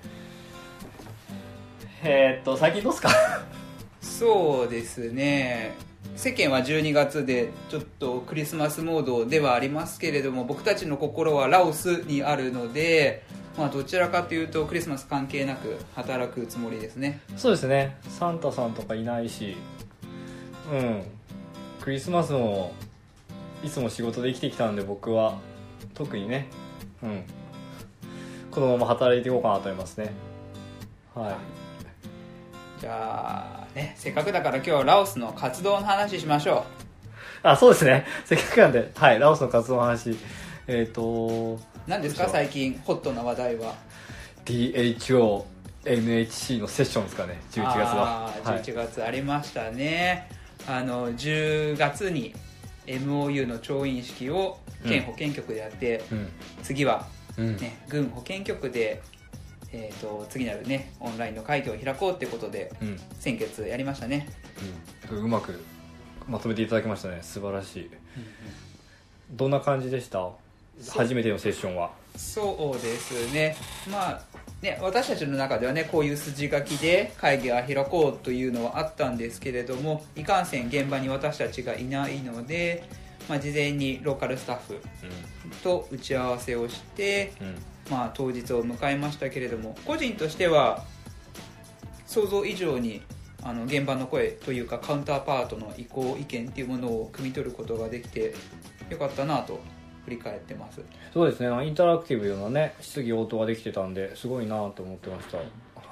えー、っと最近どうですか？ そうですね、世間はじゅうにがつでちょっとクリスマスモードではありますけれども、僕たちの心はラオスにあるので、まあ、どちらかというとクリスマス関係なく働くつもりですね。 そうですね、サンタさんとかいないし、うん、クリスマスもいつも仕事で生きてきたんで、僕は特にね、うん、このまま働いていこうかなと思いますね。はい。 じゃあね、せっかくだから今日はラオスの活動の話しましょう。あ、そうですね、せっかくなんで、はい、ラオスの活動の話。えっ、ー、と何ですか最近ホットな話題は。 ディーエイチオーエヌエイチシー のセッションですかね。じゅういちがつはあじゅういちがつありましたね、はい、あのじゅうがつに エムオーユー の調印式を県保健局でやって、うん、次は、ね、うん、郡保健局でえー、と次なるねオンラインの会議を開こうってことで、うん、先月やりましたね、 うん、うまくまとめていただきましたね。素晴らしい、うんうん、どんな感じでした？初めてのセッションは。 そうですね、まあね、私たちの中ではねこういう筋書きで会議を開こうというのはあったんですけれども、いかんせん現場に私たちがいないので、まあ、事前にローカルスタッフと打ち合わせをして、うん、まあ、当日を迎えましたけれども、個人としては想像以上にあの現場の声というかカウンターパートの意向意見っていうものを汲み取ることができてよかったなと振り返ってます。 そうですね、インタラクティブなね質疑応答ができてたんですごいなと思ってました、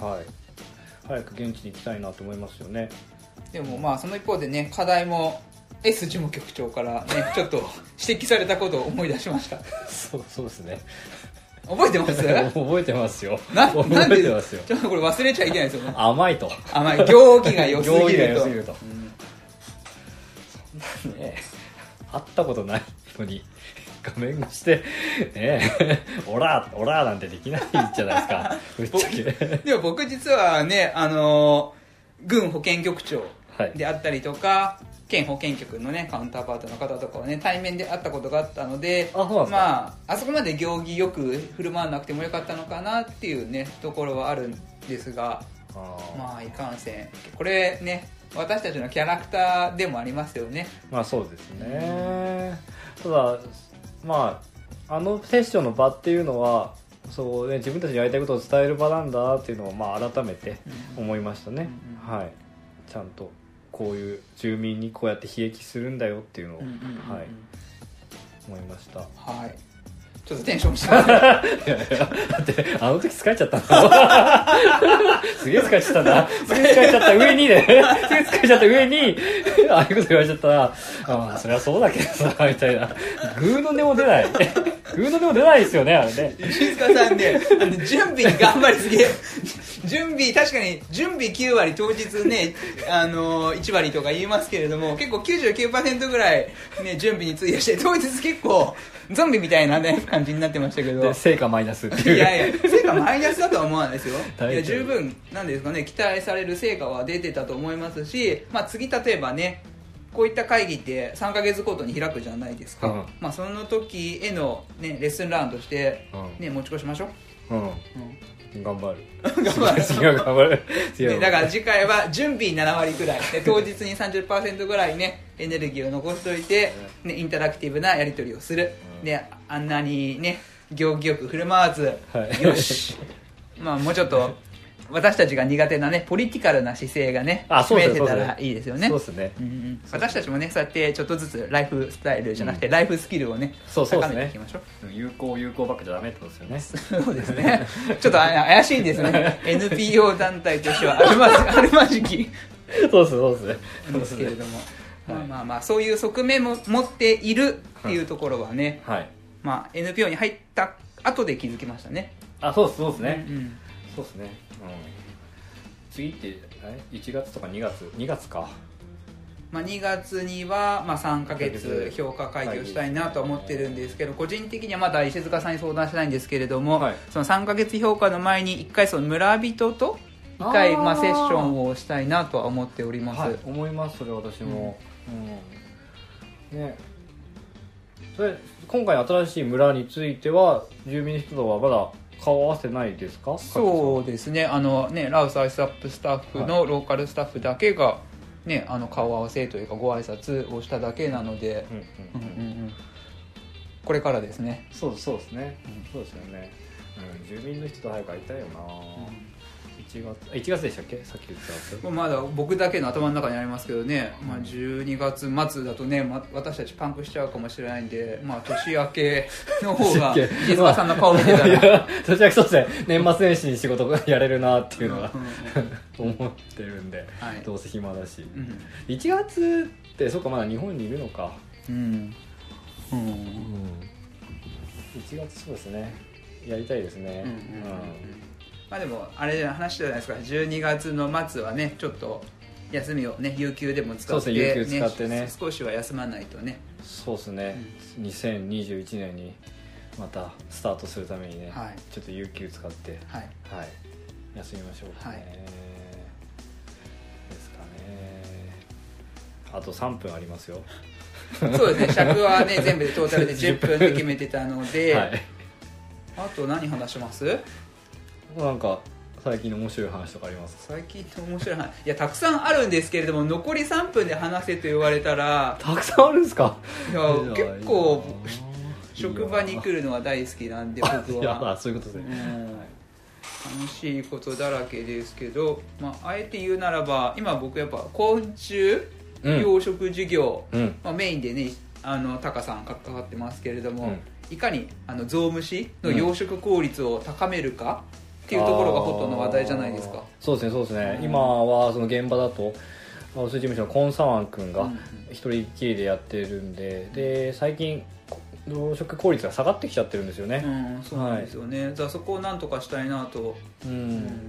はい、早く現地に行きたいなと思いますよね。 でもまあその一方でね、課題も S 事務局長からねちょっと指摘されたことを思い出しましたそうそうですね、 覚えてます覚えてますよ。 な覚えてますよ。 ちょっとこれ忘れちゃいけないですよね。 甘いと。 甘い。行儀が良すぎると。 行儀が良すぎると。うん、そんなね、会ったことないのに画面越してねオラオラなんてできないじゃないですか。ぶっちゃけ。 でも僕実はね、あのー、郡保健局長であったりとか。はい、県保健局のねカウンターパートの方とかはね対面で会ったことがあったので、 あ、そうなんですか。 まああそこまで行儀よく振る舞わなくてもよかったのかなっていうねところはあるんですが、あ、まあいかんせんこれね私たちのキャラクターでもありますよね。 まあそうですね。ただまああのセッションの場っていうのはそうね、自分たちにやりたいことを伝える場なんだっていうのをまあ改めて思いましたね、うんうん、はい。ちゃんとこういう住民にこうやって悲劇するんだよっていうのを、うんうんうんうん、はい、思いました。 はい。ちょっとテンションした、ね、いやいやだってあの時疲れちゃったんだすげえ疲れちゃったんだすげえ疲れちゃった上にねすげえ疲れちゃった上にああいうこと言われちゃったら、ああそりゃそうだけどさみたいな、グーの音も出ないグーの音も出ないですよねあれね。 石塚さんね、あの準備に頑張りすぎ準備確かに準備きゅうわり当日ね、あのー、いちわりとか言いますけれども、結構 きゅうじゅうきゅうパーセント ぐらい、ね、準備に費やして当日結構ゾンビみたいな、ね、感じになってましたけど、 成果マイナスっていう。 いやいや成果マイナスだとは思わないですよ。いや十分なんですかね、期待される成果は出てたと思いますし、まあ、次例えばねこういった会議ってさんかげつごとに開くじゃないですか、うん、まあ、その時への、ね、レッスンランとして、ね、持ち越しましょう、うんうん、頑張る頑張る違う頑張る違う、ね、だから次回は準備ななわりぐらいで当日に さんじゅっパーセント ぐらいねエネルギーを残しといて、ね、インタラクティブなやり取りをする、うん、であんなにね行儀よく振る舞わず、はい、よしまあもうちょっと私たちが苦手なねポリティカルな姿勢がね示せたらいいですよね。 そうですね、 うんうん、私たちもねそうやってちょっとずつライフスタイルじゃなくて、うん、ライフスキルをね高めていきましょう。 有効有効ばっかじゃダメってことですよね。そうですねちょっと怪しいんですねエヌピーオー 団体としてはあるまじあるまじきそうですそうですですけれども、まあまあまあそういう側面も持っているっていうところはね、はい、まあ エヌピーオー に入った後で気づきましたね。 あ、そうですそうですね、 うんうん、 そうですね、うん、次っていちがつとかにがつにがつか、 まあ、にがつにはまあさんかげつ評価会議をしたいなと思ってるんですけど、個人的にはまだ石塚さんに相談してないんですけれども、 はい、 そのさんかげつ評価の前にいっかいその村人といっかいまあセッションをしたいなとは思っております。 はい、思います。それ私も、うんうん、ね、それ今回新しい村については住民の人とはまだ顔合わせないですか？ そうですね、あのねラウスアイスアップスタッフのローカルスタッフだけが、ね、あの顔合わせというかご挨拶をしただけなので、これからですね。 そうそうですね、うん、そうですよね、うん、住民の人と早く会いたいよな、うんいちがつ、いちがつでしたっけ、さっき言ってた。 まだ僕だけの頭の中にありますけどね、まあ、じゅうにがつ末だとね、ま、私たちパンクしちゃうかもしれないんで、まあ、年明けの方が石塚さんの顔見てたら年明けそうですね、年末年始に仕事やれるなっていうのは思ってるんで、はい、どうせ暇だし、うん、いちがつってそうか、まだ日本にいるのか、うんうんうん、いちがつそうですね、やりたいですね、うんうんうん、 まあ、でもあれじゃ話じゃないですか、じゅうにがつの末はねちょっと休みをね有給でも使って、 そうですね、有給使ってね、 少しは休まないとね。 そうですね、うん、にせんにじゅういちねんにまたスタートするためにね、はい、ちょっと有給使って、はいはい、休みましょうかね、はい、ですかね。あとさんぷんありますよそうですね、尺はね全部でトータルでじゅっぷんで決めてたので、はい、あと何話します？ なんか最近の面白い話とかありますか？ 最近の面白い話、いやたくさんあるんですけれども、残りさんぷんで話せと言われたらたくさんあるんですか？ いや結構職場に来るのは大好きなんで僕は。 いやそういうことですね、 うん、楽しいことだらけですけど、まあ、あえて言うならば今僕やっぱ昆虫養殖事業、うんまあ、メインでねあのタカさん関わってますけれども、うん、いかにあのゾウムシの養殖効率を高めるか、うんっていうところがホットの話題じゃないですか。 そうですね、そうですね、うん、今はその現場だとハウス事務所のコンサワン君が一人きりでやってるんで、うん、で最近養殖効率が下がってきちゃってるんですよね、うん、 そうなんですよね、はい、じゃあそこをなんとかしたいなと、うんうん、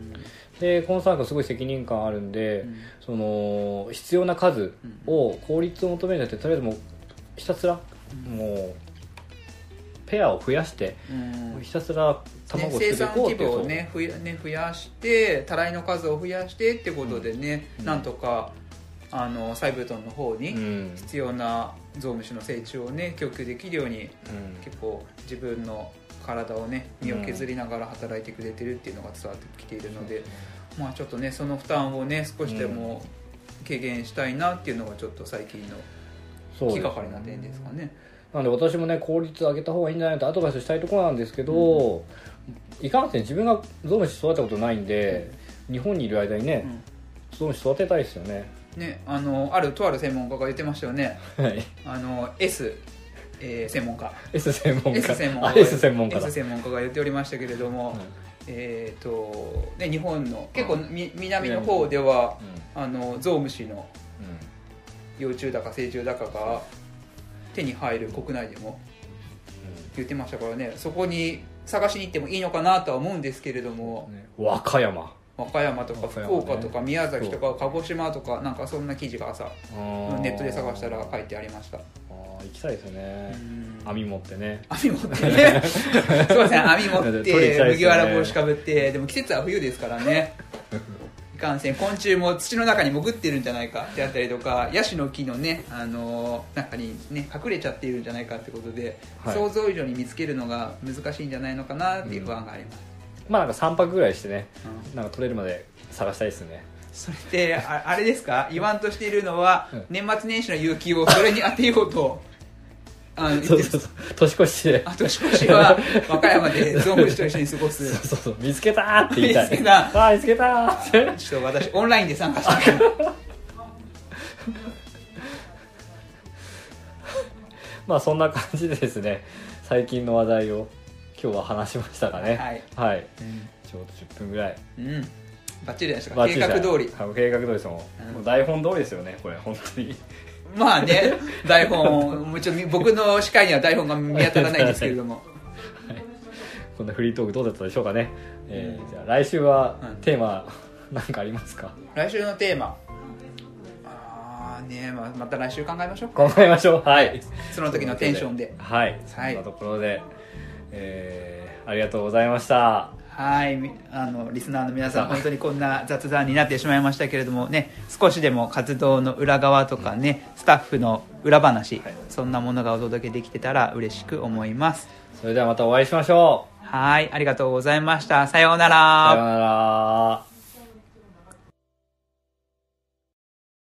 でコンサワン君すごい責任感あるんで、うん、その必要な数を効率を求めるんじゃなくて、とりあえずもうひたすら、うん、もうペアを増やして、うん、ひたすら卵を作っていこうっていう、ね、生産規模を、ね、増や、ね、増やしてたらいの数を増やしてってことでね、うん、なんとかあのサイブトンの方に必要なゾウムシの成虫をね供給できるように、うん、結構自分の体をね身を削りながら働いてくれてるっていうのが伝わってきているので、うん、まあちょっとねその負担をね少しでも軽減したいなっていうのがちょっと最近の気がかりな点ですかね。 なので私もね効率上げた方がいいんじゃないかとアドバイスしたいところなんですけど、うん、いかんせん自分がゾウムシ育てたことないんで、うん、日本にいる間にね、うん、ゾウムシ育てたいですよね。 ね、あのあるとある専門家が言ってましたよね、はい、あの S、えー、専門家 S 専門家 S 専門家 S 専門家 S 専門家が言っておりましたけれども、うんえーとね、日本の結構み南の方では、うん、あのゾウムシの幼虫だか成虫だかが手に入る国内でも言ってましたからね、そこに探しに行ってもいいのかなとは思うんですけれども、 ね、和歌山和歌山とか福岡とか宮崎とか鹿児島とかなんかそんな記事が朝ネットで探したら書いてありました。 あ行きたいですよね。網持ってね網持ってねそうですね、網持って麦わら帽子かぶって、でも季節は冬ですからねいかんせん昆虫も土の中に潜ってるんじゃないかってあったりとか、ヤシの木のね、あのー、中にね隠れちゃっているんじゃないかってことで、はい、想像以上に見つけるのが難しいんじゃないのかなっていう不安があります、 うん、まあなんかさんぱくぐらいしてね、うん、なんか取れるまで探したいですね。 それって あ, あれですか、言わんとしているのは、うん、年末年始の有給をそれに当てようとあそうそうそう年越しであ年越しは和歌山でゾウムシと一緒に過ごすそうそうそう見つけたーって言いたい見つけたあ見つけたーちょっと私オンラインで参加してるまあそんな感じでですね、最近の話題を今日は話しましたかね。はい、はい、うん、ちょうどじゅっぷんぐらい、 うん、バッチリでしたか。計画通り計画通りですもん、うん、もう台本通りですよねこれ本当にまあね、台本もちろん僕の視界には台本が見当たらないですけれども、はい、 こんなフリートークどうだったでしょうかね、えー、じゃあ来週はテーマ何かありますか？ 来週のテーマあねまあ、また来週考えましょう。 考えましょう。はい。 その時のテンションで。 はい。 はいそんなところで、えー、ありがとうございました。 はい、あのリスナーの皆さん本当にこんな雑談になってしまいましたけれどもね、少しでも活動の裏側とかね、スタッフの裏話、はい、そんなものがお届けできてたら嬉しく思います。 それではまたお会いしましょう。 はい、ありがとうございました。さようなら。 さようなら。